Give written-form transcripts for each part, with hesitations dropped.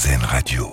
RZN Radio.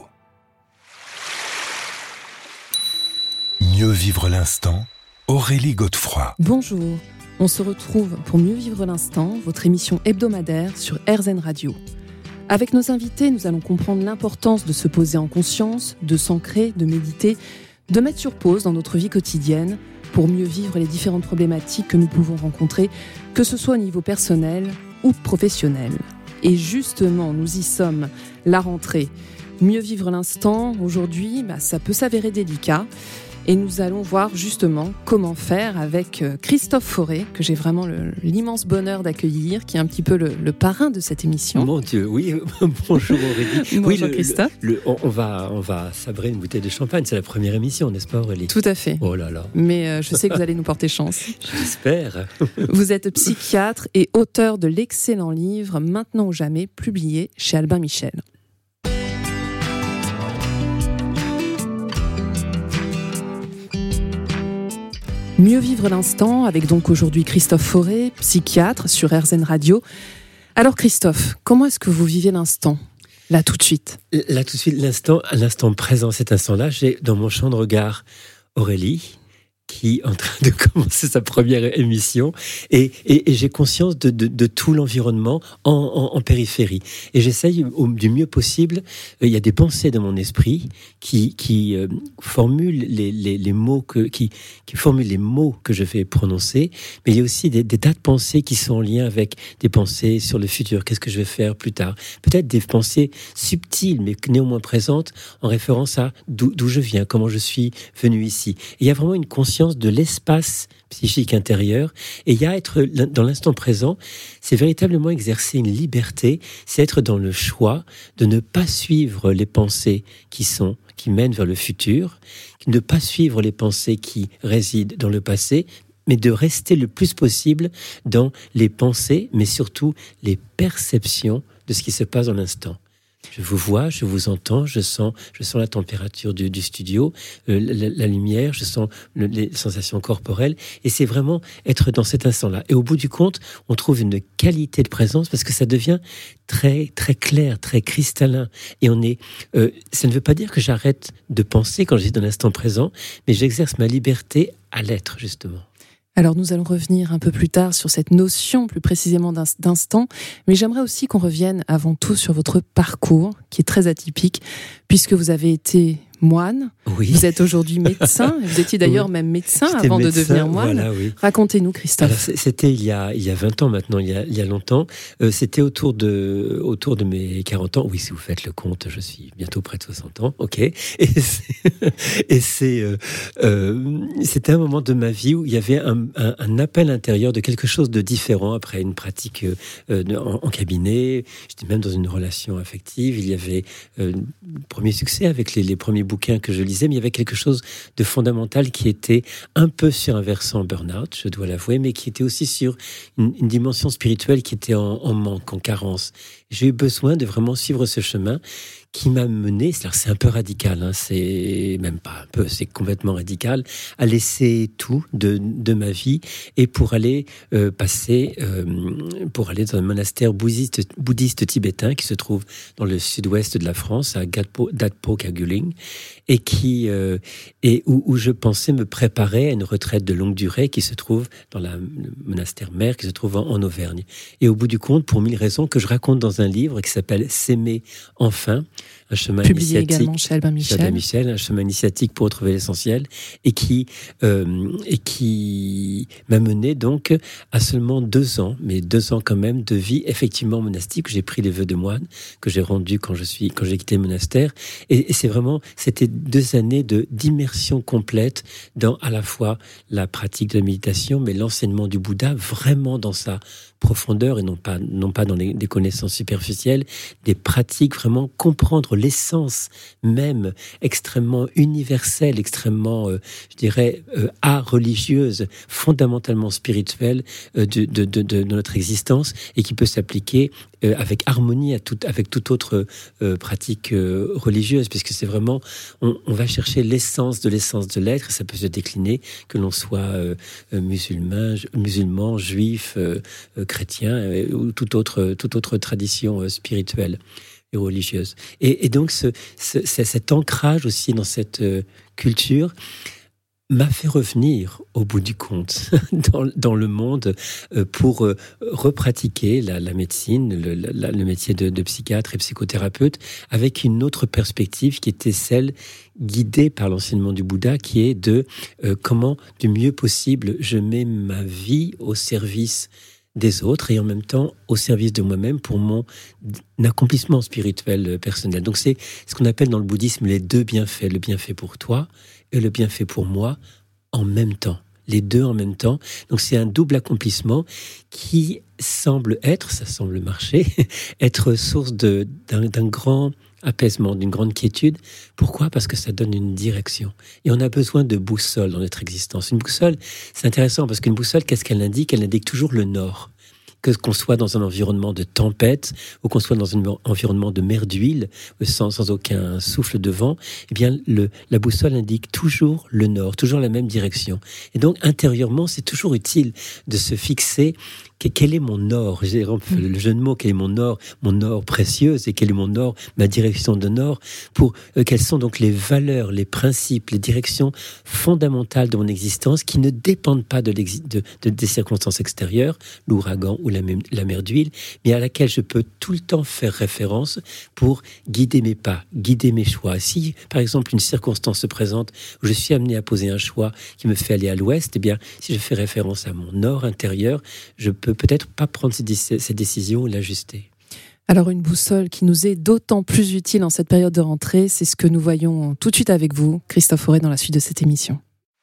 Mieux vivre l'instant, Aurélie Godefroy. Bonjour, on se retrouve pour Mieux vivre l'instant, votre émission hebdomadaire sur RZN Radio. Avec nos invités, nous allons comprendre l'importance de se poser en conscience, de s'ancrer, de méditer, de mettre sur pause dans notre vie quotidienne pour mieux vivre les différentes problématiques que nous pouvons rencontrer, que ce soit au niveau personnel ou professionnel. Et justement, nous y sommes, la rentrée. Mieux vivre l'instant, aujourd'hui, ça peut s'avérer délicat. Et nous allons voir justement comment faire avec Christophe Fauré, que j'ai vraiment l'immense bonheur d'accueillir, qui est un petit peu le parrain de cette émission. Mon Dieu, oui, bonjour Aurélie. Bonjour Christophe. On va sabrer une bouteille de champagne, c'est la première émission, n'est-ce pas Aurélie ? Tout à fait. Oh là là. Mais je sais que vous allez nous porter chance. J'espère. Vous êtes psychiatre et auteur de l'excellent livre « Maintenant ou jamais », publié chez Albin Michel. Mieux vivre l'instant, avec donc aujourd'hui Christophe Fauré, psychiatre sur RZN Radio. Alors Christophe, comment est-ce que vous vivez l'instant ? Là tout de suite, l'instant présent, cet instant-là, j'ai dans mon champ de regard Aurélie, qui est en train de commencer sa première émission, et j'ai conscience de tout l'environnement en périphérie. Et j'essaye du mieux possible. Il y a des pensées dans mon esprit qui formulent les mots qui formulent les mots que je vais prononcer, mais il y a aussi des tas de pensées qui sont en lien avec des pensées sur le futur. Qu'est-ce que je vais faire plus tard ? Peut-être des pensées subtiles, mais néanmoins présentes, en référence à d'où je viens, comment je suis venu ici. Et il y a vraiment une conscience de l'espace psychique intérieur, et il y a être dans l'instant présent, c'est véritablement exercer une liberté, c'est être dans le choix de ne pas suivre les pensées qui mènent vers le futur, ne pas suivre les pensées qui résident dans le passé, mais de rester le plus possible dans les pensées, mais surtout les perceptions de ce qui se passe dans l'instant. Je vous vois, je vous entends, je sens la température du studio, la lumière, je sens les sensations corporelles, et c'est vraiment être dans cet instant-là. Et au bout du compte, on trouve une qualité de présence parce que ça devient très très clair, très cristallin. Et ça ne veut pas dire que j'arrête de penser quand je suis dans l'instant présent, mais j'exerce ma liberté à l'être justement. Alors nous allons revenir un peu plus tard sur cette notion plus précisément d'instant, mais j'aimerais aussi qu'on revienne avant tout sur votre parcours, qui est très atypique, puisque vous avez été moine, oui. Vous êtes aujourd'hui médecin, vous étiez d'ailleurs même médecin avant de devenir moine. Voilà, oui. Racontez-nous Christophe. Alors, c'était il y a 20 ans maintenant, il y a longtemps, c'était autour de mes 40 ans, oui si vous faites le compte, je suis bientôt près de 60 ans, ok, c'était un moment de ma vie où il y avait un appel intérieur de quelque chose de différent après une pratique en cabinet, j'étais même dans une relation affective, il y avait premier succès avec les premiers bouquins que je lisais, mais il y avait quelque chose de fondamental qui était un peu sur un versant burn-out, je dois l'avouer, mais qui était aussi sur une dimension spirituelle qui était en manque, en carence. J'ai eu besoin de vraiment suivre ce chemin qui m'a mené, c'est un peu radical, c'est même pas un peu, c'est complètement radical, à laisser tout de ma vie et pour aller pour aller dans un monastère bouddhiste tibétain qui se trouve dans le sud-ouest de la France, à Datpo Kaguling, et où je pensais me préparer à une retraite de longue durée qui se trouve dans le monastère mère qui se trouve en Auvergne. Et au bout du compte, pour 1000 raisons que je raconte dans un livre qui s'appelle S'aimer enfin, un chemin publié initiatique, également chez Albin Michel, un chemin initiatique pour retrouver l'essentiel, et qui m'a mené donc à seulement 2 ans, mais 2 ans quand même de vie effectivement monastique. J'ai pris les vœux de moine que j'ai rendus quand j'ai quitté le monastère, et c'était 2 années d'immersion complète dans à la fois la pratique de la méditation, mais l'enseignement du Bouddha vraiment dans sa profondeur et non pas dans des connaissances superficielles, des pratiques, vraiment comprendre l'essence même extrêmement universelle, extrêmement, religieuse, fondamentalement spirituelle de notre existence et qui peut s'appliquer avec harmonie avec toute autre pratique religieuse, puisque c'est vraiment, on va chercher l'essence de l'être, et ça peut se décliner que l'on soit musulman, juif, chrétien ou toute autre tradition spirituelle. et religieuse. Et donc cet ancrage aussi dans cette culture m'a fait revenir au bout du compte dans le monde pour repratiquer la médecine, le métier de psychiatre et psychothérapeute avec une autre perspective qui était celle guidée par l'enseignement du Bouddha, qui est de comment du mieux possible je mets ma vie au service des autres et en même temps au service de moi-même pour mon accomplissement spirituel personnel. Donc c'est ce qu'on appelle dans le bouddhisme les deux bienfaits, le bienfait pour toi et le bienfait pour moi en même temps. Les deux en même temps. Donc c'est un double accomplissement qui semble être, ça semble marcher, être source d'un grand apaisement, d'une grande quiétude. Pourquoi ? Parce que ça donne une direction. Et on a besoin de boussole dans notre existence. Une boussole, c'est intéressant parce qu'une boussole, qu'est-ce qu'elle indique ? Elle indique toujours le nord. Qu'on soit dans un environnement de tempête ou qu'on soit dans un environnement de mer d'huile, sans aucun souffle de vent, eh bien, la boussole indique toujours le nord, toujours la même direction. Et donc, intérieurement, c'est toujours utile de se fixer quel est mon nord, le jeu de mots, quel est mon nord précieux, et quel est mon nord, ma direction de nord, pour quelles sont donc les valeurs, les principes, les directions fondamentales de mon existence qui ne dépendent pas des circonstances extérieures, l'ouragan ou la mer d'huile, mais à laquelle je peux tout le temps faire référence pour guider mes pas, guider mes choix. Si, par exemple, une circonstance se présente où je suis amené à poser un choix qui me fait aller à l'ouest, eh bien, si je fais référence à mon nord intérieur, je peux peut-être pas prendre cette décision ou l'ajuster. Alors une boussole qui nous est d'autant plus utile en cette période de rentrée, c'est ce que nous voyons tout de suite avec vous, Christophe Auré, dans la suite de cette émission.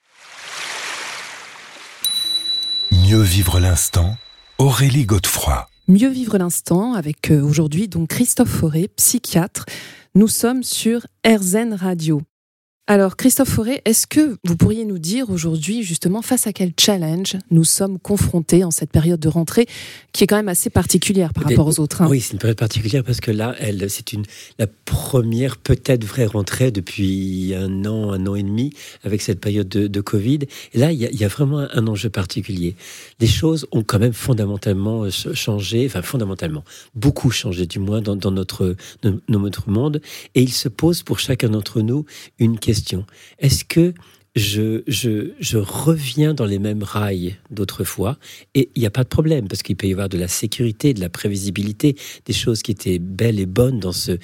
Mieux vivre l'instant, Aurélie Godefroy. Mieux vivre l'instant avec aujourd'hui donc Christophe Auré, psychiatre. Nous sommes sur RZN Radio. Alors Christophe Auré, est-ce que vous pourriez nous dire aujourd'hui justement face à quel challenge nous sommes confrontés en cette période de rentrée qui est quand même assez particulière par rapport aux autres, hein ? Oui, c'est une période particulière parce que là, c'est la première peut-être vraie rentrée depuis un an et demi avec cette période de Covid. Et là, il y a vraiment un enjeu particulier. Les choses ont quand même fondamentalement changé, enfin fondamentalement, beaucoup changé du moins dans notre monde. Et il se pose pour chacun d'entre nous une question. Est-ce que je reviens dans les mêmes rails d'autrefois, et il n'y a pas de problème, parce qu'il peut y avoir de la sécurité, de la prévisibilité, des choses qui étaient belles et bonnes dans ces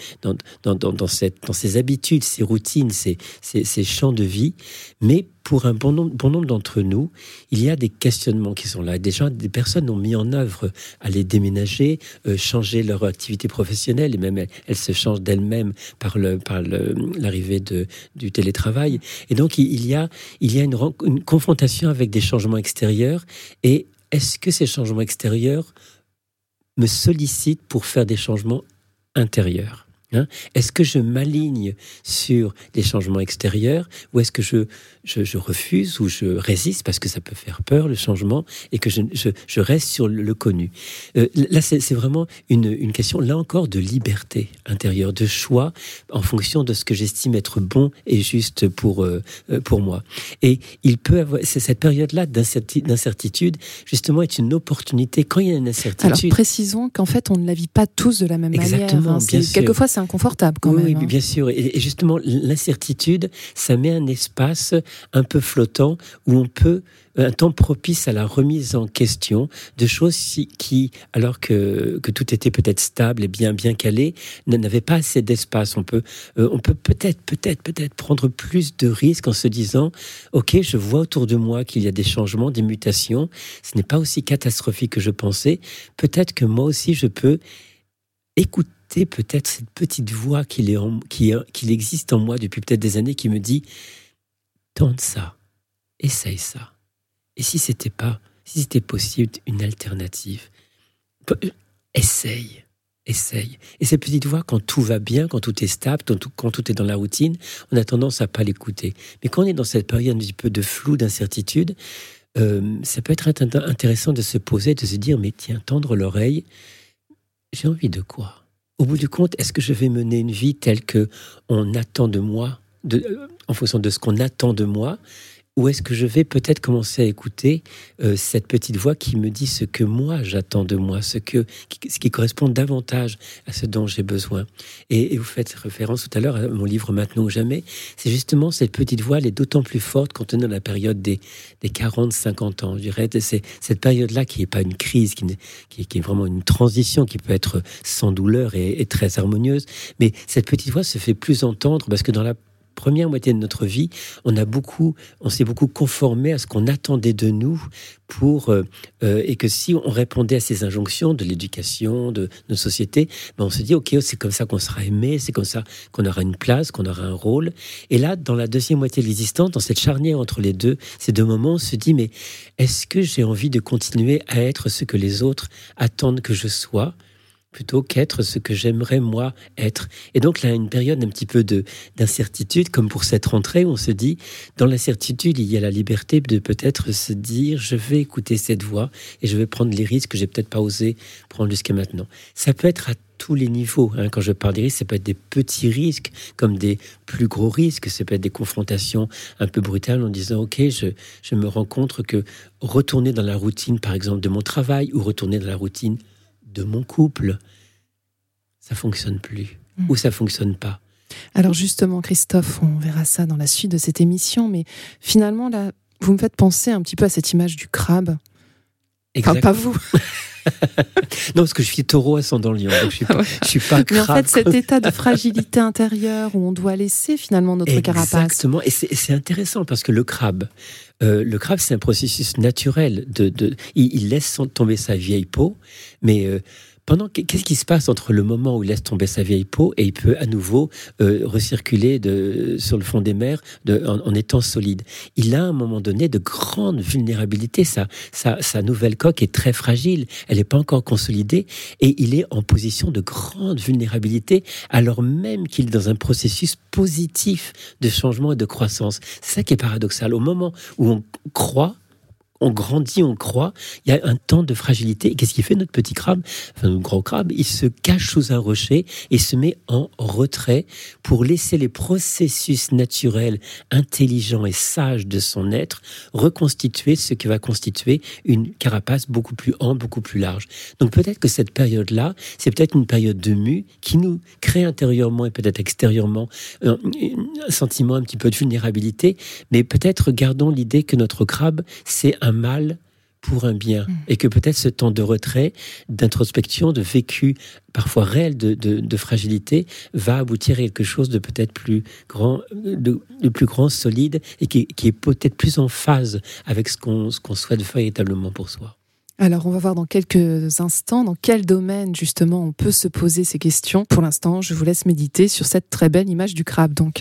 habitudes, ces routines, ces champs de vie, mais pour un bon nombre d'entre nous, il y a des questionnements qui sont là. Déjà, des personnes ont mis en œuvre à les déménager, changer leur activité professionnelle, et même elles se changent d'elles-mêmes par l'arrivée du télétravail. Et donc, il y a une confrontation avec des changements extérieurs. Et est-ce que ces changements extérieurs me sollicitent pour faire des changements intérieurs ? Est-ce que je m'aligne sur les changements extérieurs, ou est-ce que je refuse ou je résiste parce que ça peut faire peur, le changement, et que je reste sur le connu? Là, c'est vraiment une question, là encore, de liberté intérieure, de choix en fonction de ce que j'estime être bon et juste pour moi. Et il peut avoir cette période-là d'incertitude, justement, est une opportunité quand il y a une incertitude. Alors précisons qu'en fait, on ne la vit pas tous de la même Exactement, manière. Bien sûr. Quelquefois, c'est inconfortable quand même. Oui, bien sûr. Et justement, l'incertitude, ça met un espace un peu flottant où on peut, un temps propice à la remise en question de choses qui, alors que tout était peut-être stable et bien calé, n'avait pas assez d'espace. On peut peut-être prendre plus de risques en se disant, ok, je vois autour de moi qu'il y a des changements, des mutations. Ce n'est pas aussi catastrophique que je pensais. Peut-être que moi aussi, je peux écouter peut-être cette petite voix qu'il existe en moi depuis peut-être des années qui me dit tente ça, essaye ça, et si c'était possible une alternative, essaye. Et cette petite voix, quand tout va bien, quand tout est stable, quand tout est dans la routine, on a tendance à pas l'écouter. Mais quand on est dans cette période un petit peu de flou, d'incertitude, ça peut être intéressant de se poser, de se dire mais tiens, tendre l'oreille, j'ai envie de quoi ? Au bout du compte, est-ce que je vais mener une vie telle que on attend de moi, en fonction de ce qu'on attend de moi, Ou est-ce que je vais peut-être commencer à écouter cette petite voix qui me dit ce que moi j'attends de moi, ce qui correspond davantage à ce dont j'ai besoin. Et vous faites référence tout à l'heure à mon livre Maintenant ou jamais. C'est justement cette petite voix, elle est d'autant plus forte quand on est dans la période des 40-50 ans. Je dirais, c'est cette période-là qui n'est pas une crise, qui est vraiment une transition qui peut être sans douleur et très harmonieuse. Mais cette petite voix se fait plus entendre parce que dans la première moitié de notre vie, on s'est beaucoup conformé à ce qu'on attendait de nous et que si on répondait à ces injonctions de l'éducation, de notre société, on se dit, ok, c'est comme ça qu'on sera aimé, c'est comme ça qu'on aura une place, qu'on aura un rôle. Et là, dans la deuxième moitié de l'existence, dans cette charnière entre ces deux moments, on se dit, mais est-ce que j'ai envie de continuer à être ce que les autres attendent que je sois, plutôt qu'être ce que j'aimerais moi être. Et donc là, une période un petit peu d'incertitude, comme pour cette rentrée, où on se dit, dans l'incertitude, il y a la liberté de peut-être se dire, je vais écouter cette voix et je vais prendre les risques que j'ai peut-être pas osé prendre jusqu'à maintenant. Ça peut être à tous les niveaux. Quand je parle des risques, ça peut être des petits risques comme des plus gros risques. Ça peut être des confrontations un peu brutales en disant, ok, je me rends compte que retourner dans la routine, par exemple, de mon travail ou retourner dans la routine de mon couple, ça fonctionne plus, ou ça fonctionne pas. Alors justement, Christophe, on verra ça dans la suite de cette émission, mais finalement, là, vous me faites penser un petit peu à cette image du crabe. Enfin, pas vous. Non, parce que je suis taureau ascendant lion, donc je suis pas crabe. Mais en fait, cet état de fragilité intérieure où on doit laisser finalement notre carapace. Exactement, et c'est intéressant parce que le crabe, c'est un processus naturel. Il laisse tomber sa vieille peau, mais qu'est-ce qui se passe entre le moment où il laisse tomber sa vieille peau et il peut à nouveau recirculer sur le fond des mers en étant solide? Il a à un moment donné de grandes vulnérabilités. Sa nouvelle coque est très fragile, elle n'est pas encore consolidée et il est en position de grande vulnérabilité alors même qu'il est dans un processus positif de changement et de croissance. C'est ça qui est paradoxal. Au moment où on croit, on grandit, on croit, il y a un temps de fragilité. Et qu'est-ce qu'il fait, notre petit crabe, enfin notre gros crabe? Il se cache sous un rocher et se met en retrait pour laisser les processus naturels, intelligents et sages de son être reconstituer ce qui va constituer une carapace beaucoup plus ample, beaucoup plus large. Donc peut-être que cette période-là, c'est peut-être une période de mue qui nous crée intérieurement et peut-être extérieurement un sentiment un petit peu de vulnérabilité, mais peut-être gardons l'idée que notre crabe, c'est un mal pour un bien, et que peut-être ce temps de retrait, d'introspection, de vécu parfois réel de fragilité va aboutir à quelque chose de peut-être plus grand, de plus grand, solide, et qui est peut-être plus en phase avec ce qu'on souhaite véritablement pour soi. Alors, on va voir dans quelques instants dans quel domaine, justement, on peut se poser ces questions. Pour l'instant, je vous laisse méditer sur cette très belle image du crabe, donc.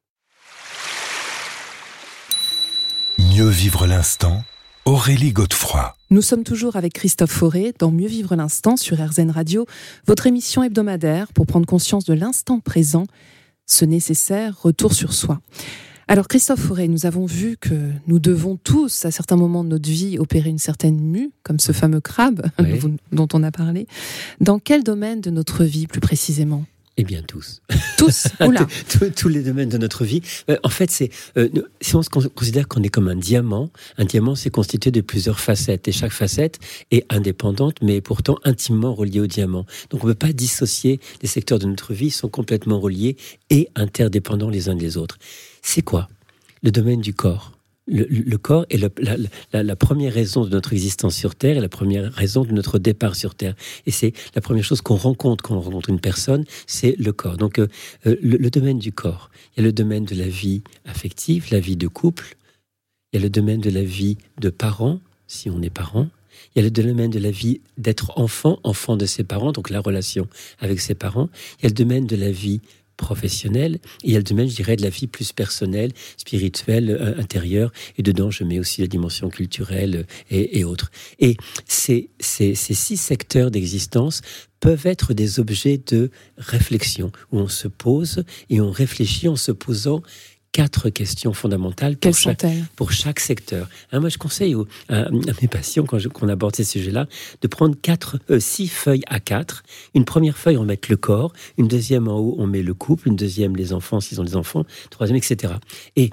Mieux vivre l'instant, Aurélie Godefroy. Nous sommes toujours avec Christophe Fauré dans Mieux vivre l'instant sur RZN Radio, votre émission hebdomadaire pour prendre conscience de l'instant présent, ce nécessaire retour sur soi. Alors Christophe Fauré, nous avons vu que nous devons tous, à certains moments de notre vie, opérer une certaine mue, comme ce fameux crabe dont on a parlé. Dans quel domaine de notre vie, plus précisément ? Eh bien, tous. Tous. Oula. Tous les domaines de notre vie. En fait, si on se considère qu'on est comme un diamant c'est constitué de plusieurs facettes. Et chaque facette est indépendante, mais pourtant intimement reliée au diamant. Donc, on ne peut pas dissocier les secteurs de notre vie, ils sont complètement reliés et interdépendants les uns des autres. C'est quoi ? Le domaine du corps. Le corps est la première raison de notre existence sur Terre et la première raison de notre départ sur Terre. Et c'est la première chose qu'on rencontre quand on rencontre une personne, c'est le corps. Donc le domaine du corps, il y a le domaine de la vie affective, la vie de couple, il y a le domaine de la vie de parents, si on est parent, il y a le domaine de la vie d'être enfant de ses parents, donc la relation avec ses parents, il y a le domaine de la vie professionnelle, et il y a le domaine, je dirais, de la vie plus personnelle, spirituelle, intérieure, et dedans je mets aussi la dimension culturelle et autres. Et ces 6 secteurs d'existence peuvent être des objets de réflexion, où on se pose et on réfléchit en se posant 4 questions fondamentales pour chaque secteur. Moi, je conseille à mes patients, quand on aborde ces sujets-là, de prendre 6 feuilles A4. Une première feuille, on met le corps. Une deuxième, en haut, on met le couple. Une deuxième, les enfants, s'ils ont des enfants. Troisième, etc. Et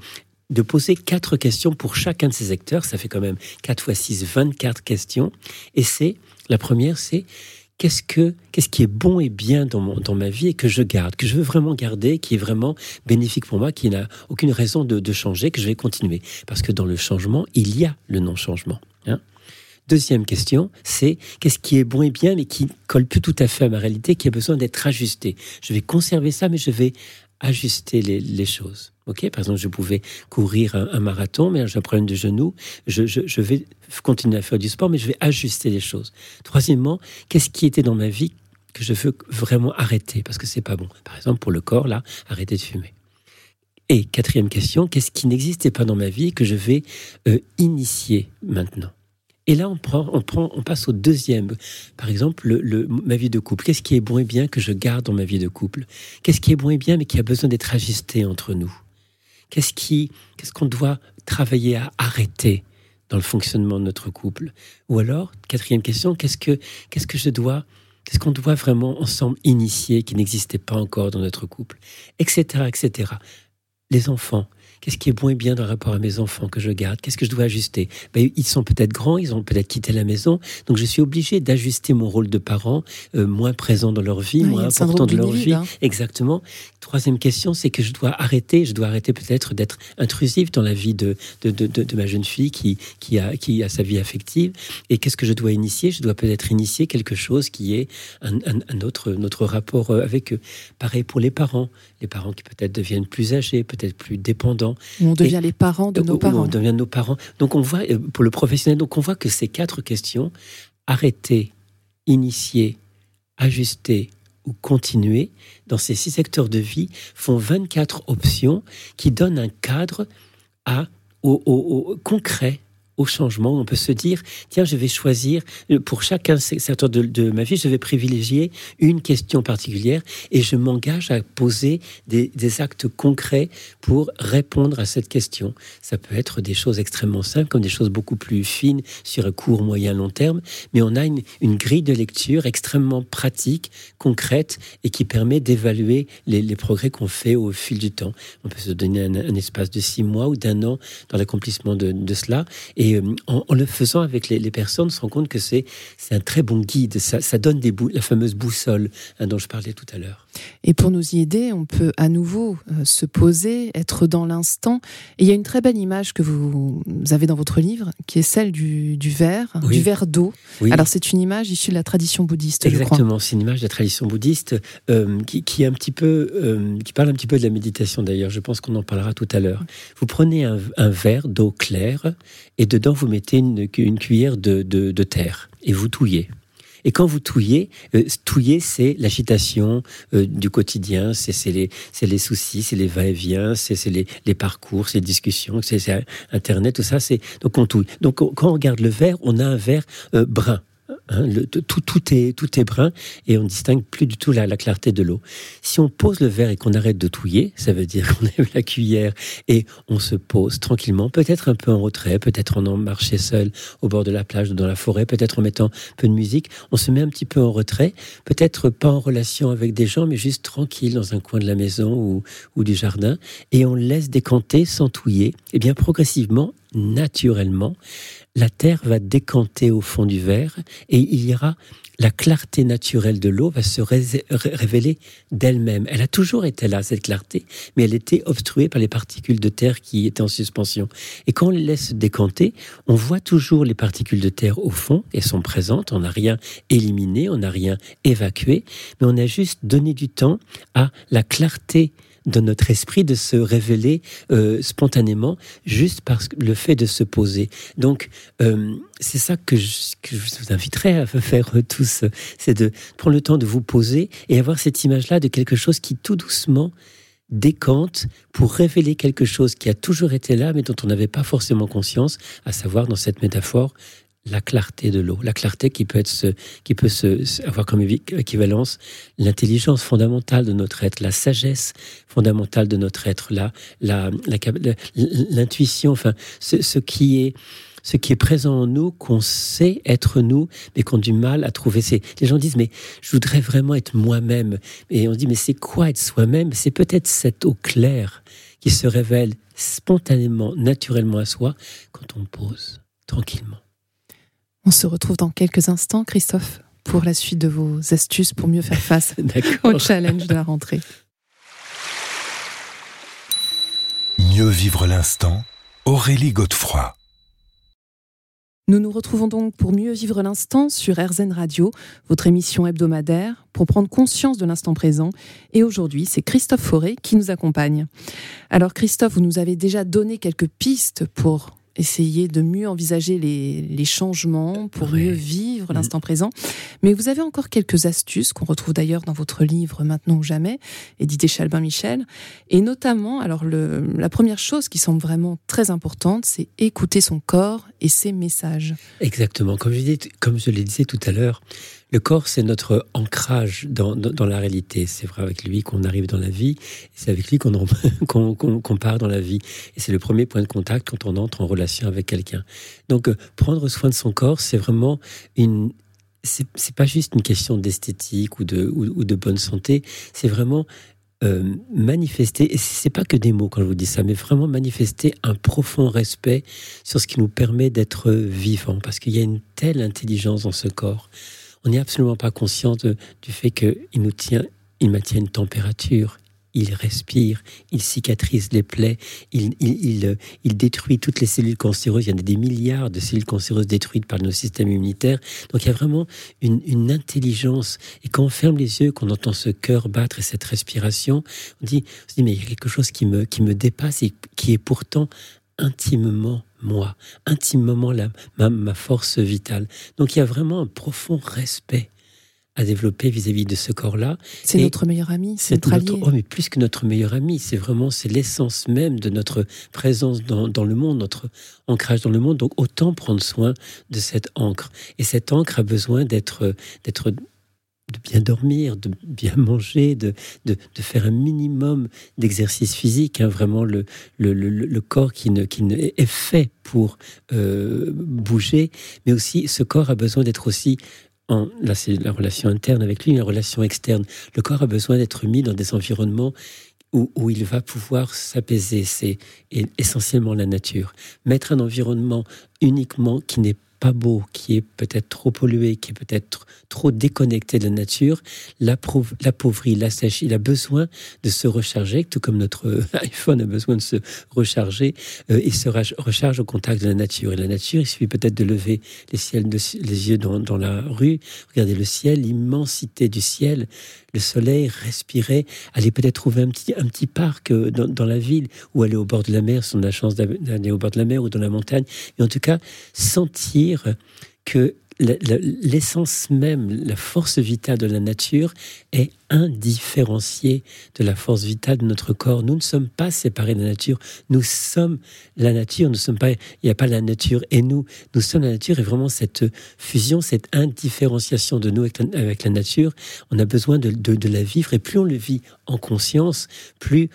de poser 4 questions pour chacun de ces acteurs. Ça fait quand même 4 fois 6, 24 questions. Et la première, c'est qu'est-ce qui est bon et bien dans ma vie et que je garde, que je veux vraiment garder, qui est vraiment bénéfique pour moi, qui n'a aucune raison de changer, que je vais continuer. Parce que dans le changement, il y a le non-changement. Deuxième question, c'est qu'est-ce qui est bon et bien, mais qui colle plus tout à fait à ma réalité, qui a besoin d'être ajusté. Je vais conserver ça, mais je vais ajuster les choses. Okay, par exemple, je pouvais courir un marathon, mais j'ai un problème de genou. Je vais continuer à faire du sport, mais je vais ajuster les choses. Troisièmement, qu'est-ce qui était dans ma vie que je veux vraiment arrêter, parce que c'est pas bon. Par exemple, pour le corps, là, arrêter de fumer. Et quatrième question, qu'est-ce qui n'existait pas dans ma vie que je vais initier maintenant? Et là, on passe au deuxième. Par exemple, ma vie de couple. Qu'est-ce qui est bon et bien que je garde dans ma vie de couple? Qu'est-ce qui est bon et bien, mais qui a besoin d'être ajusté entre nous? Qu'est-ce qu'on doit travailler à arrêter dans le fonctionnement de notre couple? Ou alors, quatrième question, qu'est-ce qu'on doit vraiment ensemble initier qui n'existait pas encore dans notre couple? Etc., etc. Les enfants. Qu'est-ce qui est bon et bien dans le rapport à mes enfants que je garde? Qu'est-ce que je dois ajuster? Ils sont peut-être grands, ils ont peut-être quitté la maison, donc je suis obligé d'ajuster mon rôle de parent, moins présent dans leur vie, moins important de leur vie. Exactement. Troisième question, c'est que je dois arrêter peut-être d'être intrusive dans la vie de ma jeune fille qui a sa vie affective. Et qu'est-ce que je dois initier? Je dois peut-être initier quelque chose qui est notre rapport avec eux. Pareil pour les parents qui peut-être deviennent plus âgés, peut-être plus dépendants. On devient les parents de nos parents. On devient nos parents. Donc on voit, pour le professionnel, on voit que ces 4 questions, arrêter, initier, ajuster ou continuer, dans ces 6 secteurs de vie, font 24 options qui donnent un cadre au concret, au changement. On peut se dire, tiens, je vais choisir, pour chacun secteur de ma vie, je vais privilégier une question particulière et je m'engage à poser des actes concrets pour répondre à cette question. Ça peut être des choses extrêmement simples, comme des choses beaucoup plus fines sur un court, moyen, long terme, mais on a une grille de lecture extrêmement pratique, concrète, et qui permet d'évaluer les progrès qu'on fait au fil du temps. On peut se donner un espace de 6 mois ou d'1 an dans l'accomplissement de cela. Et en le faisant avec les personnes, on se rend compte que c'est un très bon guide. Ça donne la fameuse boussole dont je parlais tout à l'heure. Et pour nous y aider, on peut à nouveau se poser, être dans l'instant. Et il y a une très belle image que vous avez dans votre livre, qui est celle du verre, oui. du verre d'eau. Oui. Alors c'est une image issue de la tradition bouddhiste, exactement, je crois. C'est une image de la tradition bouddhiste qui est un petit peu, qui parle un petit peu de la méditation d'ailleurs. Je pense qu'on en parlera tout à l'heure. Vous prenez un verre d'eau claire et dedans vous mettez une cuillère de terre et vous touillez. Et quand vous touillez, c'est l'agitation du quotidien, c'est les soucis, c'est les va-et-vient, c'est les parcours, c'est les discussions, c'est Internet, tout ça. Donc on touille. Donc quand on regarde le verre, on a un verre brun. Tout est brun et on ne distingue plus du tout la clarté de l'eau. Si on pose le verre et qu'on arrête de touiller, ça veut dire qu'on a eu la cuillère et on se pose tranquillement, peut-être un peu en retrait, peut-être en marchant seul au bord de la plage ou dans la forêt, peut-être en mettant un peu de musique. On se met un petit peu en retrait, peut-être pas en relation avec des gens, mais juste tranquille dans un coin de la maison ou du jardin, et on laisse décanter sans touiller. Et bien progressivement, naturellement, la terre va décanter au fond du verre et il y aura la clarté naturelle de l'eau va se révéler d'elle-même. Elle a toujours été là, cette clarté, mais elle était obstruée par les particules de terre qui étaient en suspension. Et quand on les laisse décanter, on voit toujours les particules de terre au fond, elles sont présentes, on n'a rien éliminé, on n'a rien évacué, mais on a juste donné du temps à la clarté de notre esprit de se révéler spontanément juste par le fait de se poser. Donc, c'est ça que je vous inviterais à faire tous, c'est de prendre le temps de vous poser et avoir cette image-là de quelque chose qui tout doucement décante pour révéler quelque chose qui a toujours été là mais dont on n'avait pas forcément conscience, à savoir dans cette métaphore, la clarté de l'eau, la clarté qui peut avoir comme équivalence l'intelligence fondamentale de notre être, la sagesse fondamentale de notre être, l'intuition, enfin ce qui est ce qui est présent en nous, qu'on sait être nous, mais qu'on a du mal à trouver. Les gens disent, mais je voudrais vraiment être moi-même. Et on dit, mais c'est quoi être soi-même? C'est peut-être cette eau claire qui se révèle spontanément, naturellement à soi, quand on pose tranquillement. On se retrouve dans quelques instants, Christophe, pour la suite de vos astuces pour mieux faire face au challenge de la rentrée. Mieux vivre l'instant, Aurélie Godefroy. Nous nous retrouvons donc pour mieux vivre l'instant sur RZN Radio, votre émission hebdomadaire, pour prendre conscience de l'instant présent. Et aujourd'hui, c'est Christophe Fauré qui nous accompagne. Alors Christophe, vous nous avez déjà donné quelques pistes pour essayer de mieux envisager les changements, pour mieux vivre l'instant présent. Mais vous avez encore quelques astuces qu'on retrouve d'ailleurs dans votre livre « Maintenant ou jamais », édité chez Albin Michel. Et notamment, alors la première chose qui semble vraiment très importante, c'est écouter son corps et ses messages. Exactement. Comme je le disais tout à l'heure, le corps, c'est notre ancrage dans la réalité. C'est vrai avec lui qu'on arrive dans la vie, et c'est avec lui qu'on part dans la vie. Et c'est le premier point de contact quand on entre en relation avec quelqu'un. Donc, prendre soin de son corps, c'est vraiment c'est pas juste une question d'esthétique ou de bonne santé. C'est vraiment manifester, et c'est pas que des mots quand je vous dis ça, mais vraiment manifester un profond respect sur ce qui nous permet d'être vivants, parce qu'il y a une telle intelligence dans ce corps. On n'est absolument pas conscient du fait qu'il maintient une température, il respire, il cicatrise les plaies, il détruit toutes les cellules cancéreuses. Il y en a des milliards de cellules cancéreuses détruites par nos systèmes immunitaires. Donc il y a vraiment une intelligence. Et quand on ferme les yeux, qu'on entend ce cœur battre et cette respiration, on se dit mais il y a quelque chose qui me dépasse et qui est pourtant intimement moi, intimement ma force vitale. Donc il y a vraiment un profond respect à développer vis-à-vis de ce corps-là. C'est notre meilleur ami, c'est notre allié. Mais plus que notre meilleur ami, c'est l'essence même de notre présence dans le monde, notre ancrage dans le monde. Donc autant prendre soin de cette ancre. Et cette ancre a besoin de bien dormir, de bien manger, de faire un minimum d'exercice physique. Vraiment, le corps qui est fait pour bouger, mais aussi ce corps a besoin d'être aussi là c'est la relation interne avec lui, la relation externe. Le corps a besoin d'être mis dans des environnements où il va pouvoir s'apaiser. C'est essentiellement la nature. Mettre un environnement uniquement qui n'est pas beau, qui est peut-être trop pollué, qui est peut-être trop déconnecté de la nature, l'appauvrit, l'assèche. Il a besoin de se recharger, tout comme notre iPhone a besoin de se recharger. Il se recharge au contact de la nature. Et la nature, il suffit peut-être de lever les yeux dans la rue, regarder le ciel, l'immensité du ciel, le soleil, respirer, aller peut-être trouver un petit parc dans la ville, ou aller au bord de la mer, si on a la chance d'aller au bord de la mer ou dans la montagne. Mais en tout cas, sentir que l'essence même, la force vitale de la nature est indifférenciée de la force vitale de notre corps. Nous ne sommes pas séparés de la nature. Nous sommes la nature. Il n'y a pas la nature et nous. Nous sommes la nature, et vraiment cette fusion, cette indifférenciation de nous avec la nature, on a besoin de la vivre. Et plus on le vit en conscience, plus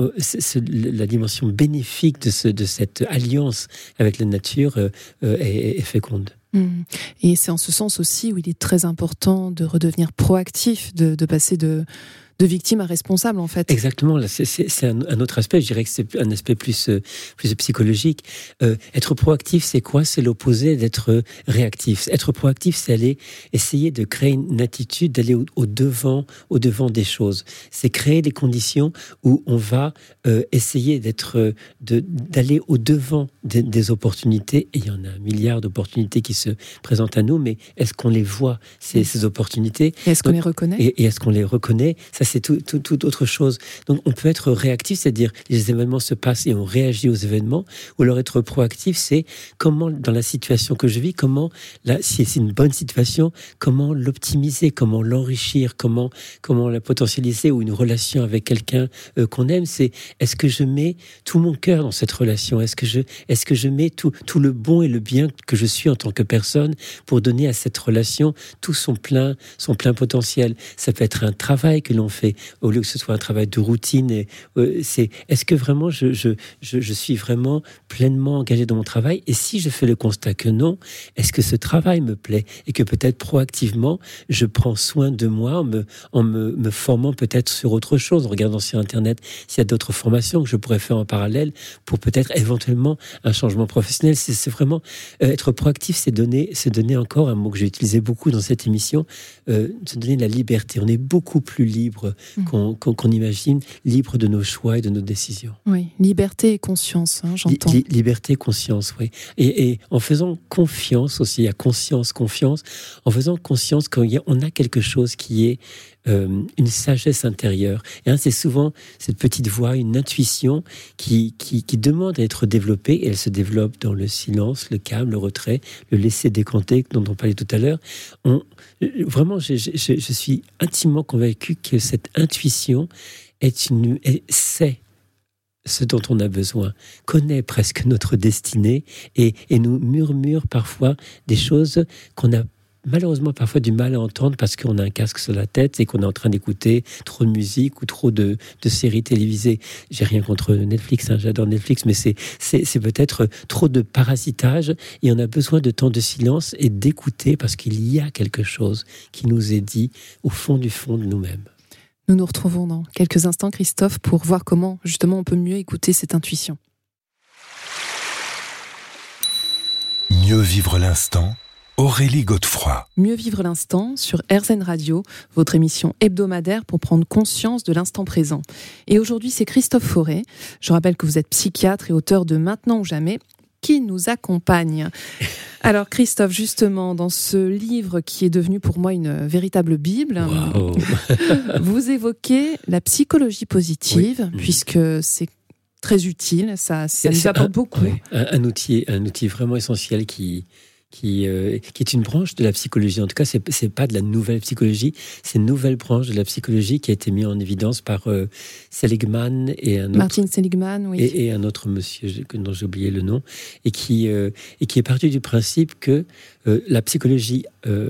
la dimension bénéfique de cette alliance avec la nature est féconde. Et c'est en ce sens aussi où il est très important de redevenir proactif, de passer de victime à responsable, en fait. Exactement, là, c'est un autre aspect, je dirais que c'est un aspect plus psychologique. Être proactif, c'est quoi? C'est l'opposé d'être réactif. Être proactif, c'est aller essayer de créer une attitude, d'aller au devant des choses. C'est créer des conditions où on va essayer d'aller au devant des opportunités. Et il y en a un milliard d'opportunités qui se présentent à nous, mais est-ce qu'on les voit, ces opportunités? Et est-ce qu'on les reconnaît? Et est-ce qu'on les reconnaît? Ça, c'est tout autre chose. Donc, on peut être réactif, c'est-à-dire les événements se passent et on réagit aux événements, ou alors être proactif, c'est comment, dans la situation que je vis, si c'est une bonne situation, comment l'optimiser, comment l'enrichir, comment la potentialiser, ou une relation avec quelqu'un qu'on aime, c'est est-ce que je mets tout mon cœur dans cette relation? Est-ce que je mets tout le bon et le bien que je suis en tant que personne pour donner à cette relation tout son plein potentiel? Ça peut être un travail que l'on fait fait, au lieu que ce soit un travail de routine, est-ce que vraiment je suis vraiment pleinement engagé dans mon travail? Et si je fais le constat que non, est-ce que ce travail me plaît? Et que peut-être proactivement, je prends soin de moi en me formant peut-être sur autre chose, en regardant sur Internet s'il y a d'autres formations que je pourrais faire en parallèle pour peut-être éventuellement un changement professionnel. C'est vraiment être proactif, c'est donner encore un mot que j'ai utilisé beaucoup dans cette émission, se donner la liberté. On est beaucoup plus libre qu'on imagine, libre de nos choix et de nos décisions. Oui, liberté et conscience, j'entends. Liberté et conscience, oui. Et en faisant confiance aussi, il y a conscience, confiance, en faisant conscience qu'on a quelque chose qui est une sagesse intérieure. Et c'est souvent cette petite voix, une intuition qui demande à être développée, et elle se développe dans le silence, le calme, le retrait, le laisser décanter, dont on parlait tout à l'heure. Vraiment, je suis intimement convaincu que cette intuition c'est ce dont on a besoin, connaît presque notre destinée et nous murmure parfois des choses qu'on a malheureusement parfois du mal à entendre parce qu'on a un casque sur la tête et qu'on est en train d'écouter trop de musique ou trop de séries télévisées. J'ai rien contre Netflix, j'adore Netflix, mais c'est peut-être trop de parasitage et on a besoin de temps de silence et d'écouter parce qu'il y a quelque chose qui nous est dit au fond du fond de nous-mêmes. Nous nous retrouvons dans quelques instants, Christophe, pour voir comment justement on peut mieux écouter cette intuition. Mieux vivre l'instant, Aurélie Godefroy. Mieux vivre l'instant sur RZN Radio, votre émission hebdomadaire pour prendre conscience de l'instant présent. Et aujourd'hui, c'est Christophe Fauré. Je rappelle que vous êtes psychiatre et auteur de Maintenant ou jamais, qui nous accompagne. Alors Christophe, justement, dans ce livre qui est devenu pour moi une véritable Bible, wow. Vous évoquez la psychologie positive, oui. Puisque c'est très utile, ça nous apporte beaucoup. Oui, un outil vraiment essentiel qui est une branche de la psychologie. En tout cas, c'est pas de la nouvelle psychologie, c'est une nouvelle branche de la psychologie qui a été mise en évidence par Seligman et un autre, Martin Seligman, oui. et un autre monsieur dont j'ai oublié le nom, et qui est parti du principe que la psychologie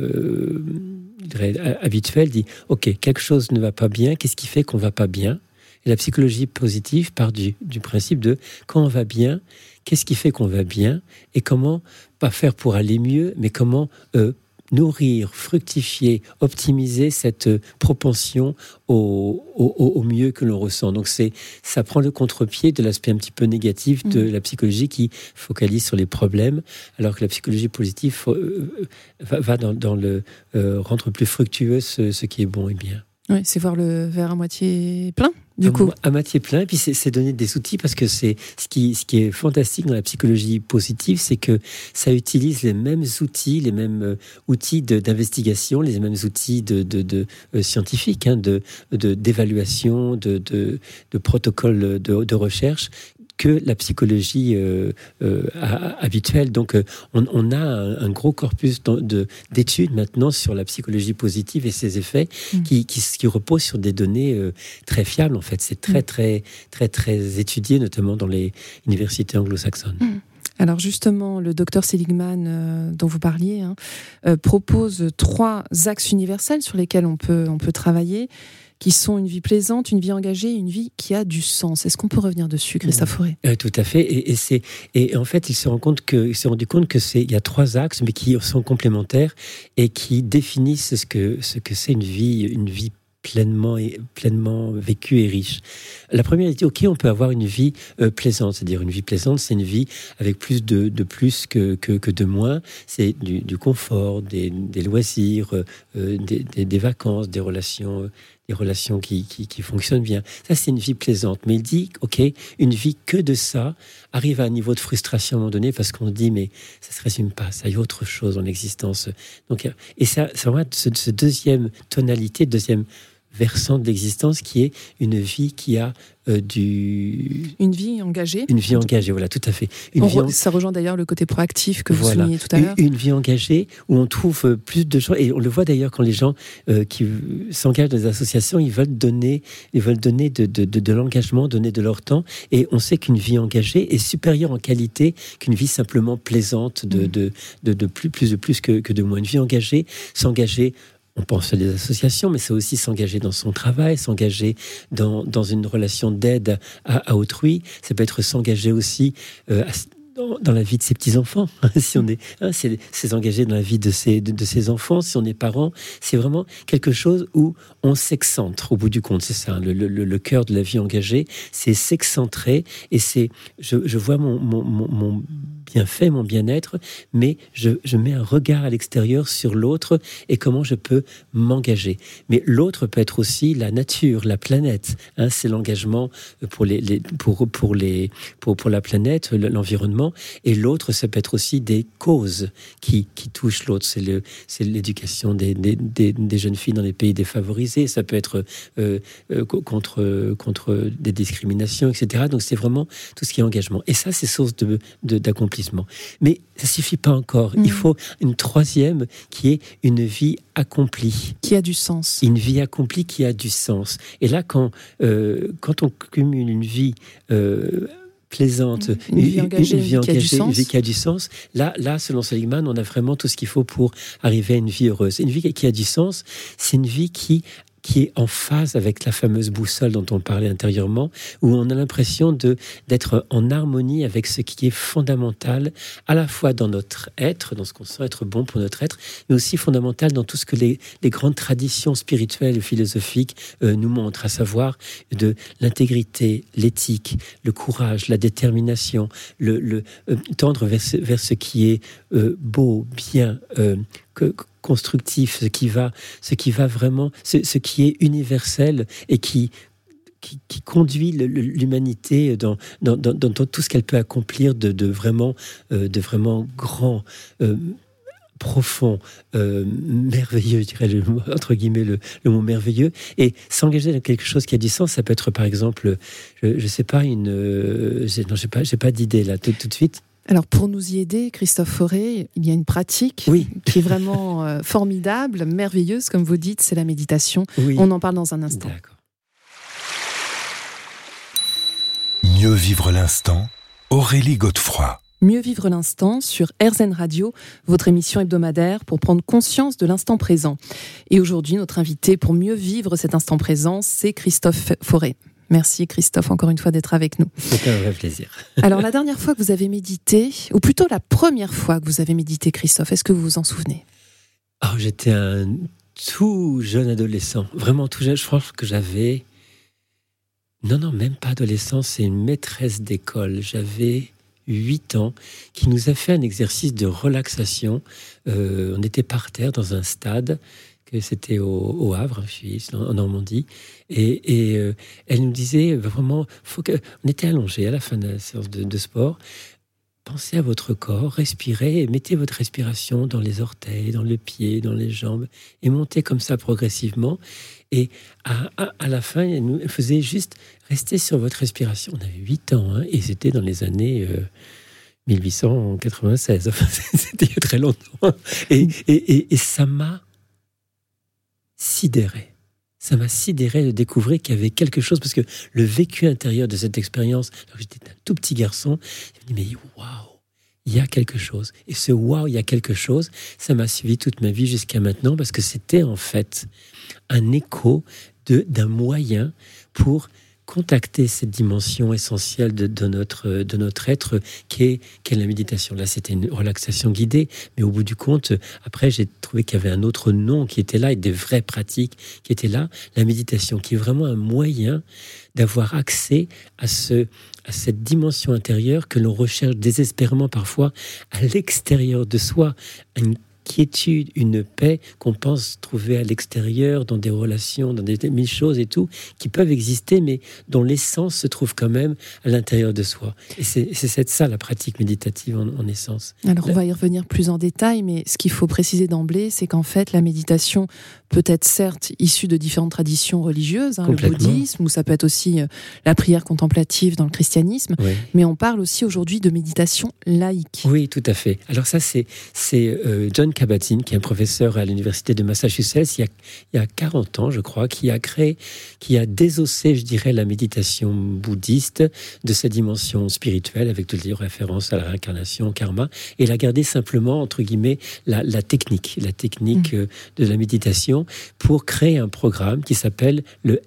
habituelle dit ok, quelque chose ne va pas bien, qu'est-ce qui fait qu'on va pas bien? Et la psychologie positive part du principe de quand on va bien, qu'est-ce qui fait qu'on va bien et comment, pas faire pour aller mieux, mais comment nourrir, fructifier, optimiser cette propension au mieux que l'on ressent. Donc ça prend le contre-pied de l'aspect un petit peu négatif de la psychologie qui focalise sur les problèmes, alors que la psychologie positive va dans le rendre plus fructueux ce qui est bon et bien. Oui, c'est voir le verre à moitié plein, du coup. À moitié plein, et puis c'est donner des outils, parce que c'est ce qui est fantastique dans la psychologie positive, c'est que ça utilise les mêmes outils, d'investigation, les mêmes outils de scientifiques, d'évaluation, de protocole de recherche, que la psychologie habituelle. Donc, on a un gros corpus d'études maintenant sur la psychologie positive et ses effets qui reposent sur des données très fiables. En fait, c'est très, très, très, très étudié, notamment dans les universités anglo-saxonnes. Alors justement, le docteur Seligman dont vous parliez propose 3 axes universels sur lesquels on peut travailler, qui sont une vie plaisante, une vie engagée, une vie qui a du sens. Est-ce qu'on peut revenir dessus, Christophe Fauré ? Tout à fait. Et en fait, il s'est rendu compte qu'il y a 3 axes, mais qui sont complémentaires et qui définissent ce que c'est une vie pleinement vécue et riche. La première, il dit, ok, on peut avoir une vie plaisante. C'est-à-dire, une vie plaisante, c'est une vie avec plus de plus que de moins. C'est du confort, des loisirs, des vacances, des relations qui fonctionnent bien. Ça, c'est une vie plaisante. Mais il dit, ok, une vie que de ça arrive à un niveau de frustration à un moment donné parce qu'on dit, mais ça se résume pas, ça y a autre chose dans l'existence. Donc, et ça va ce deuxième tonalité, deuxième versant de l'existence qui est une vie qui a Une vie engagée. Une vie engagée, voilà, tout à fait. Ça rejoint d'ailleurs le côté proactif que vous soulignez tout à l'heure. Une vie engagée où on trouve plus de gens, et on le voit d'ailleurs quand les gens qui s'engagent dans des associations, ils veulent donner de l'engagement, donner de leur temps, et on sait qu'une vie engagée est supérieure en qualité qu'une vie simplement plaisante de plus que de moins. Une vie engagée, s'engager on pense à des associations, mais c'est aussi s'engager dans son travail, s'engager dans une relation d'aide à autrui. Ça peut être s'engager aussi dans la vie de ses petits-enfants. Si on est, c'est s'engager dans la vie de ses enfants. Si on est parent, c'est vraiment quelque chose où on s'excentre au bout du compte. C'est ça, le cœur de la vie engagée, c'est s'excentrer. Et c'est, je vois mon bienfait, mon bien-être, mais je mets un regard à l'extérieur sur l'autre et comment je peux m'engager. Mais l'autre peut être aussi la nature, la planète. C'est l'engagement pour la planète, l'environnement. Et l'autre, ça peut être aussi des causes qui touchent l'autre. C'est l'éducation des jeunes filles dans les pays défavorisés. Ça peut être contre des discriminations, etc. Donc c'est vraiment tout ce qui est engagement. Et ça, c'est source d'accomplissement. Mais ça suffit pas encore. Il faut une troisième qui est une vie accomplie. Qui a du sens. Une vie accomplie qui a du sens. Et là, quand on cumule une vie plaisante, une vie engagée, une vie qui a du sens, là, selon Seligman, on a vraiment tout ce qu'il faut pour arriver à une vie heureuse. Une vie qui a du sens, c'est une vie qui est en phase avec la fameuse boussole dont on parlait intérieurement, où on a l'impression d'être en harmonie avec ce qui est fondamental, à la fois dans notre être, dans ce qu'on sent être bon pour notre être, mais aussi fondamental dans tout ce que les grandes traditions spirituelles et philosophiques nous montrent, à savoir de l'intégrité, l'éthique, le courage, la détermination, tendre vers ce qui est beau, bien, constructif, ce qui va vraiment, ce qui est universel et qui conduit l'humanité dans tout ce qu'elle peut accomplir de vraiment grand, profond, merveilleux, je dirais entre guillemets le mot merveilleux, et s'engager dans quelque chose qui a du sens. Ça peut être par exemple, je sais pas, j'ai pas d'idée là tout de suite. Alors, pour nous y aider, Christophe Fauré, il y a une pratique qui est vraiment formidable, merveilleuse, comme vous dites, c'est la méditation. Oui. On en parle dans un instant. D'accord. Mieux vivre l'instant, Aurélie Godefroy. Mieux vivre l'instant sur RZN Radio, votre émission hebdomadaire pour prendre conscience de l'instant présent. Et aujourd'hui, notre invité pour mieux vivre cet instant présent, c'est Christophe Fauré. Merci Christophe, encore une fois, d'être avec nous. C'était un vrai plaisir. Alors, la dernière fois que vous avez médité, ou plutôt la première fois que vous avez médité, Christophe, est-ce que vous vous en souvenez ? J'étais un tout jeune adolescent, vraiment tout jeune. Je pense que j'avais... Non, même pas adolescent, c'est une maîtresse d'école. J'avais 8 ans, qui nous a fait un exercice de relaxation. On était par terre dans un stade, que c'était au Havre, en Normandie, et elle nous disait vraiment, on était allongés à la fin de la séance de sport. Pensez à votre corps, respirez et mettez votre respiration dans les orteils, dans le pied, dans les jambes, et montez comme ça progressivement. Et à la fin, elle nous faisait juste rester sur votre respiration. On avait 8 ans, et c'était dans les années 1896. Enfin, c'était il y a très longtemps. Et ça m'a sidéré. Ça m'a sidéré de découvrir qu'il y avait quelque chose, parce que le vécu intérieur de cette expérience, alors j'étais un tout petit garçon, je me dis, mais waouh, il y a quelque chose. Et ce waouh, il y a quelque chose, ça m'a suivi toute ma vie jusqu'à maintenant, parce que c'était en fait un écho d'un moyen pour contacter cette dimension essentielle de notre être qui est la méditation. Là, c'était une relaxation guidée, mais au bout du compte, après, j'ai trouvé qu'il y avait un autre nom qui était là et des vraies pratiques qui étaient là. La méditation, qui est vraiment un moyen d'avoir accès à cette dimension intérieure que l'on recherche désespérément parfois à l'extérieur de soi, une quiétude, une paix qu'on pense trouver à l'extérieur, dans des relations, dans des mille choses et tout, qui peuvent exister, mais dont l'essence se trouve quand même à l'intérieur de soi. Et c'est ça la pratique méditative en essence. Alors on va y revenir plus en détail, mais ce qu'il faut préciser d'emblée, c'est qu'en fait la méditation peut être certes issue de différentes traditions religieuses, le bouddhisme, ou ça peut être aussi la prière contemplative dans le christianisme, oui. Mais on parle aussi aujourd'hui de méditation laïque. Oui, tout à fait. Alors ça, c'est John Kabat-Zinn, qui est un professeur à l'université de Massachusetts, il y a 40 ans, je crois, qui a désossé, je dirais, la méditation bouddhiste de sa dimension spirituelle, avec toutes les références à la réincarnation, au karma, et l'a gardé simplement, entre guillemets, la technique de la méditation, pour créer un programme qui s'appelle le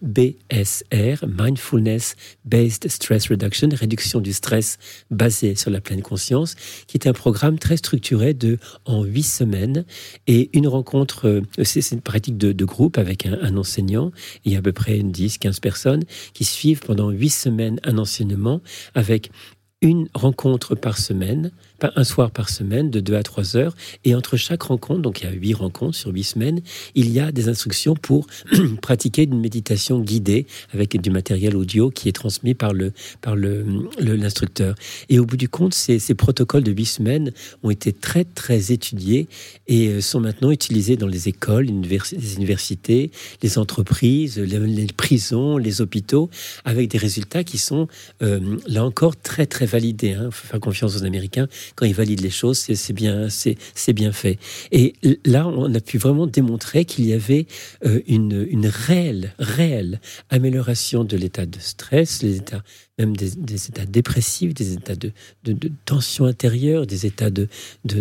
MBSR, Mindfulness Based Stress Reduction, réduction du stress basé sur la pleine conscience, qui est un programme très structuré en 8 semaines, et une rencontre, c'est une pratique de groupe avec un enseignant. Il y a à peu près 10-15 personnes qui suivent pendant 8 semaines un enseignement avec une rencontre par semaine, un soir par semaine, de 2 à 3 heures. Et entre chaque rencontre, donc il y a 8 rencontres sur 8 semaines, il y a des instructions pour pratiquer une méditation guidée avec du matériel audio qui est transmis par l'instructeur. Et au bout du compte, ces protocoles de 8 semaines ont été très, très étudiés et sont maintenant utilisés dans les écoles, les universités, les entreprises, les prisons, les hôpitaux, avec des résultats qui sont, là encore, très, très validés. Il faut faire confiance aux Américains. Quand ils valident les choses, c'est bien fait. Et là, on a pu vraiment démontrer qu'il y avait une réelle amélioration de l'état de stress, les états, même des états dépressifs, des états de tension intérieure, des états de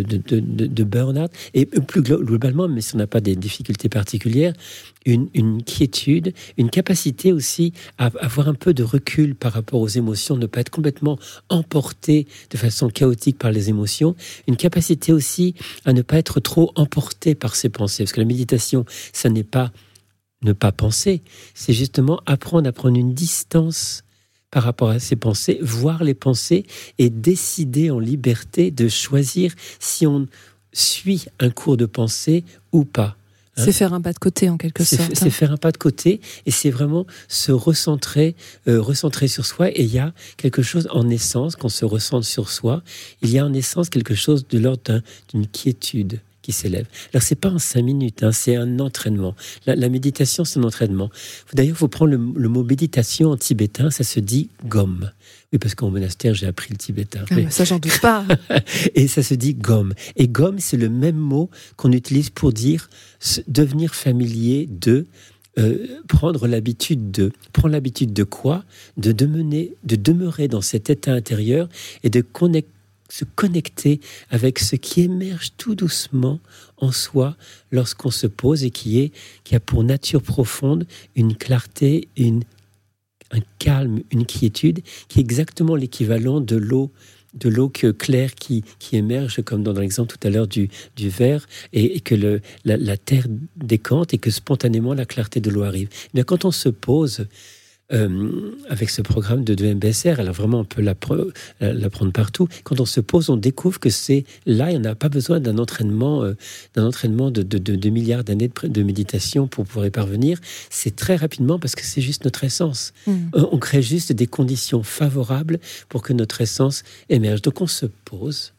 burn-out, et plus globalement, même si on n'a pas des difficultés particulières, une quiétude, une capacité aussi à avoir un peu de recul par rapport aux émotions, ne pas être complètement emporté de façon chaotique par les émotions, une capacité aussi à ne pas être trop emporté par ses pensées, parce que la méditation, ça n'est pas ne pas penser, c'est justement apprendre à prendre une distance par rapport à ses pensées, voir les pensées et décider en liberté de choisir si on suit un cours de pensée ou pas. C'est faire un pas de côté en quelque sorte. C'est faire un pas de côté et c'est vraiment se recentrer sur soi. Et il y a quelque chose en essence, quand on se recentre sur soi, il y a en essence quelque chose de l'ordre d'une quiétude qui s'élève. Alors c'est pas en 5 minutes, c'est un entraînement. La méditation, c'est un entraînement. D'ailleurs, il faut prendre le mot méditation en tibétain, ça se dit gom. Oui, parce qu'au monastère, j'ai appris le tibétain. Ça, j'en doute pas. Et ça se dit gom. Et gom, c'est le même mot qu'on utilise pour dire devenir familier de, prendre l'habitude de. Prendre l'habitude de quoi ? De demeurer dans cet état intérieur et de se connecter avec ce qui émerge tout doucement en soi lorsqu'on se pose et qui a pour nature profonde une clarté, un calme, une quiétude qui est exactement l'équivalent de l'eau claire qui émerge, comme dans l'exemple tout à l'heure du verre, et que la terre décante et que spontanément la clarté de l'eau arrive. Et bien, quand on se pose avec ce programme de MBSR, alors vraiment on peut l'apprendre partout. Quand on se pose, on découvre que c'est là, on n'a pas besoin d'un entraînement de milliards d'années de méditation pour pouvoir y parvenir. C'est très rapidement parce que c'est juste notre essence. On crée juste des conditions favorables pour que notre essence émerge. Donc on se pose,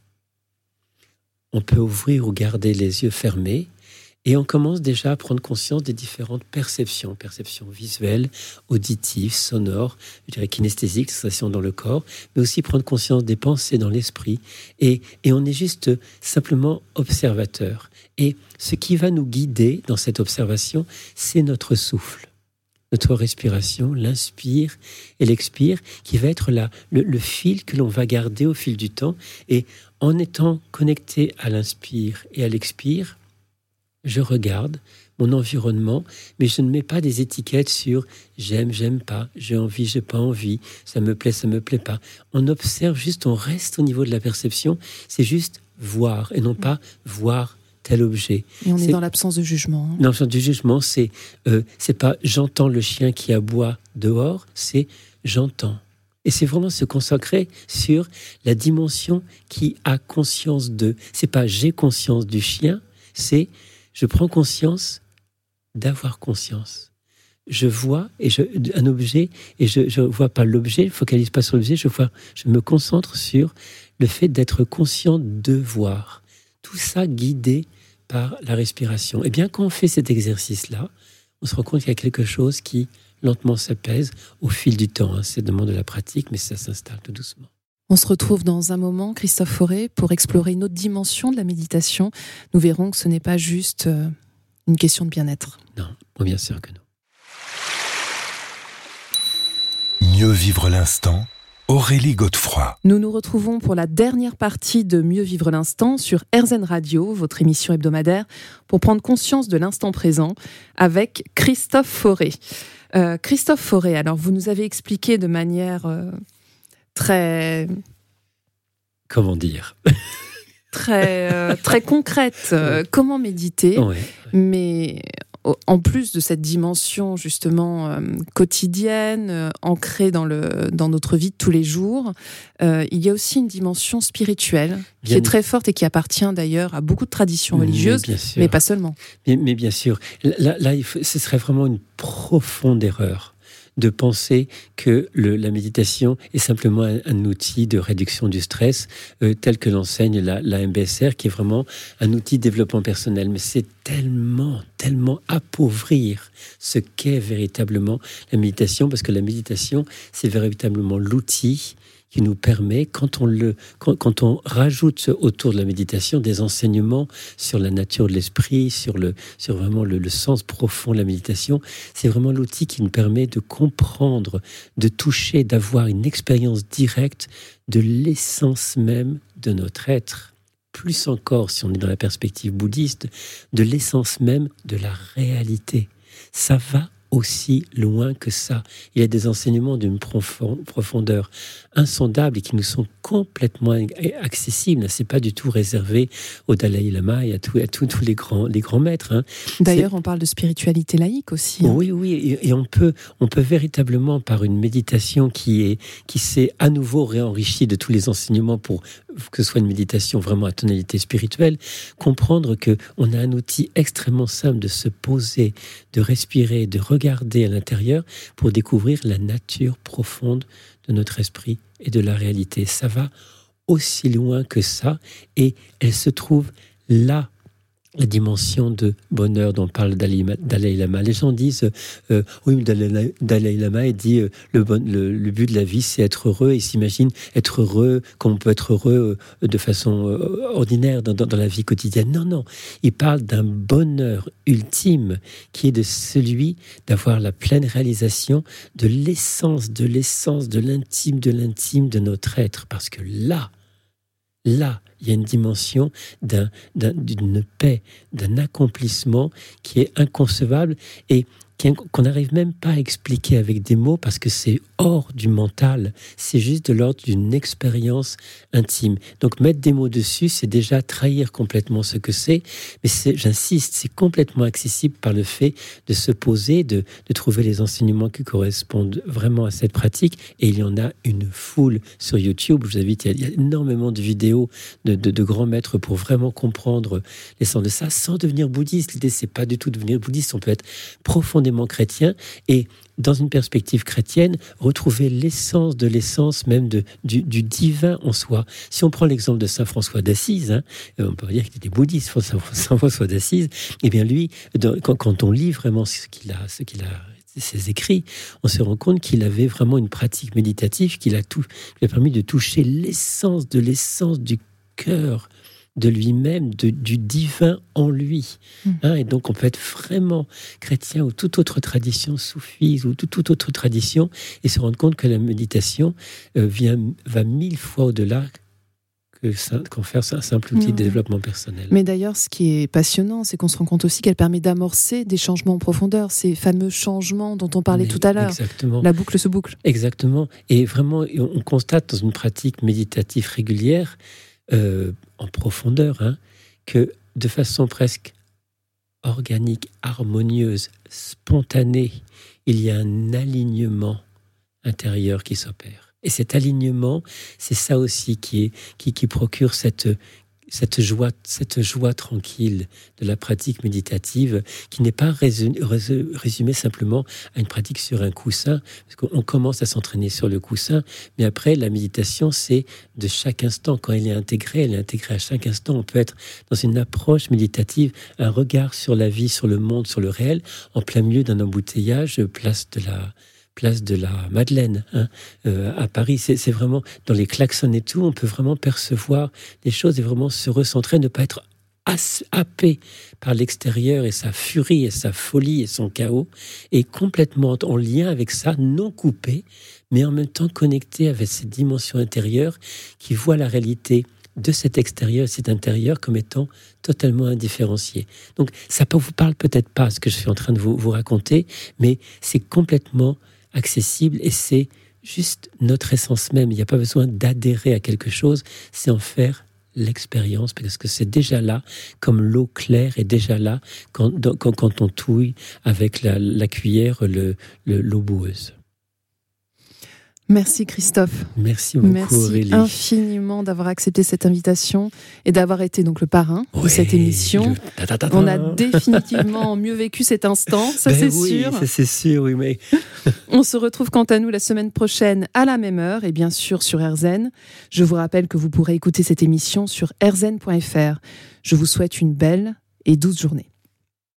on peut ouvrir ou garder les yeux fermés. Et on commence déjà à prendre conscience des différentes perceptions visuelles, auditives, sonores, je dirais kinesthésiques, sensations dans le corps, mais aussi prendre conscience des pensées dans l'esprit. Et on est juste simplement observateur. Et ce qui va nous guider dans cette observation, c'est notre souffle, notre respiration, l'inspire et l'expire, qui va être le fil que l'on va garder au fil du temps. Et en étant connecté à l'inspire et à l'expire, je regarde mon environnement, mais je ne mets pas des étiquettes sur j'aime, j'aime pas, j'ai envie, j'ai pas envie, ça me plaît pas. On observe juste, on reste au niveau de la perception, c'est juste voir et non pas voir tel objet. Et on est dans l'absence de jugement. L'absence du jugement, c'est pas j'entends le chien qui aboie dehors, c'est j'entends. Et c'est vraiment se consacrer sur la dimension qui a conscience de. C'est pas j'ai conscience du chien, c'est je prends conscience d'avoir conscience. Je vois un objet et je vois pas l'objet, je focalise pas sur l'objet, je me concentre sur le fait d'être conscient de voir. Tout ça guidé par la respiration. Et bien, quand on fait cet exercice-là, on se rend compte qu'il y a quelque chose qui lentement s'apaise au fil du temps. Ça demande de la pratique, mais ça s'installe tout doucement. On se retrouve dans un moment, Christophe Fauré, pour explorer une autre dimension de la méditation. Nous verrons que ce n'est pas juste une question de bien-être. Non, bien sûr que non. Mieux vivre l'instant, Aurélie Godefroy. Nous nous retrouvons pour la dernière partie de Mieux vivre l'instant sur RZN Radio, votre émission hebdomadaire, pour prendre conscience de l'instant présent avec Christophe Fauré. Christophe Fauré, alors vous nous avez expliqué de manière très... Comment dire très concrète, comment méditer, ouais. Mais en plus de cette dimension justement quotidienne, ancrée dans notre vie de tous les jours, il y a aussi une dimension spirituelle qui est très forte et qui appartient d'ailleurs à beaucoup de traditions religieuses, mais pas seulement. Mais bien sûr, là ce serait vraiment une profonde erreur de penser que la méditation est simplement un outil de réduction du stress, tel que l'enseigne la MBSR, qui est vraiment un outil de développement personnel. Mais c'est tellement appauvrir ce qu'est véritablement la méditation, parce que la méditation, c'est véritablement l'outil qui nous permet, quand on rajoute autour de la méditation des enseignements sur la nature de l'esprit, sur vraiment le sens profond de la méditation, c'est vraiment l'outil qui nous permet de comprendre, de toucher, d'avoir une expérience directe de l'essence même de notre être. Plus encore, si on est dans la perspective bouddhiste, de l'essence même de la réalité. Ça va aussi loin que ça. Il y a des enseignements d'une profondeur insondable et qui nous sont complètement accessibles. C'est pas du tout réservé au Dalai Lama et à tous les grands maîtres. Hein. D'ailleurs, on parle de spiritualité laïque aussi. Hein. Oui, et on peut véritablement, par une méditation qui s'est à nouveau réenrichie de tous les enseignements pour que ce soit une méditation vraiment à tonalité spirituelle, comprendre que on a un outil extrêmement simple de se poser, de respirer, de regarder à l'intérieur pour découvrir la nature profonde de notre esprit et de la réalité. Ça va aussi loin que ça, et elle se trouve là, la dimension de bonheur dont parle Dalai Lama. Les gens disent oui, mais Dalai Lama il dit le but de la vie c'est être heureux, et il s'imagine être heureux comme on peut être heureux de façon ordinaire dans la vie quotidienne. Non, il parle d'un bonheur ultime qui est de celui d'avoir la pleine réalisation de l'essence, de l'intime de notre être, parce que là, il y a une dimension d'une paix, d'un accomplissement qui est inconcevable et qu'on n'arrive même pas à expliquer avec des mots, parce que c'est hors du mental, c'est juste de l'ordre d'une expérience intime. Donc mettre des mots dessus, c'est déjà trahir complètement ce que c'est, mais j'insiste, c'est complètement accessible par le fait de se poser, de trouver les enseignements qui correspondent vraiment à cette pratique, et il y en a une foule sur YouTube. Je vous invite, il y a énormément de vidéos de grands maîtres pour vraiment comprendre l'essence de ça, sans devenir bouddhiste. L'idée, c'est pas du tout de devenir bouddhiste, on peut être profondément chrétien et, dans une perspective chrétienne, retrouver l'essence de l'essence même du divin en soi. Si on prend l'exemple de saint François d'Assise, on peut dire qu'il était bouddhiste, saint François d'Assise, et bien lui, quand on lit vraiment ses écrits, on se rend compte qu'il avait vraiment une pratique méditative qui lui a permis de toucher l'essence du cœur de lui-même, du divin en lui. Et donc on peut être vraiment chrétien ou toute autre tradition soufise ou toute autre tradition et se rendre compte que la méditation va 1000 fois au-delà qu'en faire un simple outil de développement personnel. Mais d'ailleurs, ce qui est passionnant, c'est qu'on se rend compte aussi qu'elle permet d'amorcer des changements en profondeur, ces fameux changements dont on parlait tout à l'heure. Exactement. La boucle se boucle. Exactement. Et vraiment, on constate dans une pratique méditative régulière, en profondeur, que de façon presque organique, harmonieuse, spontanée, il y a un alignement intérieur qui s'opère. Et cet alignement, c'est ça aussi qui procure cette joie tranquille de la pratique méditative, qui n'est pas résumée simplement à une pratique sur un coussin, parce qu'on commence à s'entraîner sur le coussin, mais après, la méditation, c'est de chaque instant. Quand elle est intégrée à chaque instant. On peut être dans une approche méditative, un regard sur la vie, sur le monde, sur le réel, en plein milieu d'un embouteillage, place place de la Madeleine, à Paris. C'est vraiment, dans les klaxons et tout, on peut vraiment percevoir les choses et vraiment se recentrer, ne pas être happé par l'extérieur et sa furie et sa folie et son chaos, et complètement en lien avec ça, non coupé, mais en même temps connecté avec cette dimension intérieure qui voit la réalité de cet extérieur, cet intérieur, comme étant totalement indifférencié. Donc ça ne vous parle peut-être pas ce que je suis en train de vous raconter, mais c'est complètement accessible et c'est juste notre essence même. Il n'y a pas besoin d'adhérer à quelque chose, c'est en faire l'expérience, parce que c'est déjà là, comme l'eau claire est déjà là quand on touille avec la cuillère l'eau boueuse. Merci Christophe. Merci beaucoup Aurélie. Merci infiniment d'avoir accepté cette invitation et d'avoir été donc le parrain de cette émission. On a définitivement mieux vécu cet instant, ça c'est sûr. Ça c'est sûr, oui, mais... On se retrouve quant à nous la semaine prochaine à la même heure et bien sûr sur RZN. Je vous rappelle que vous pourrez écouter cette émission sur rzn.fr. Je vous souhaite une belle et douce journée.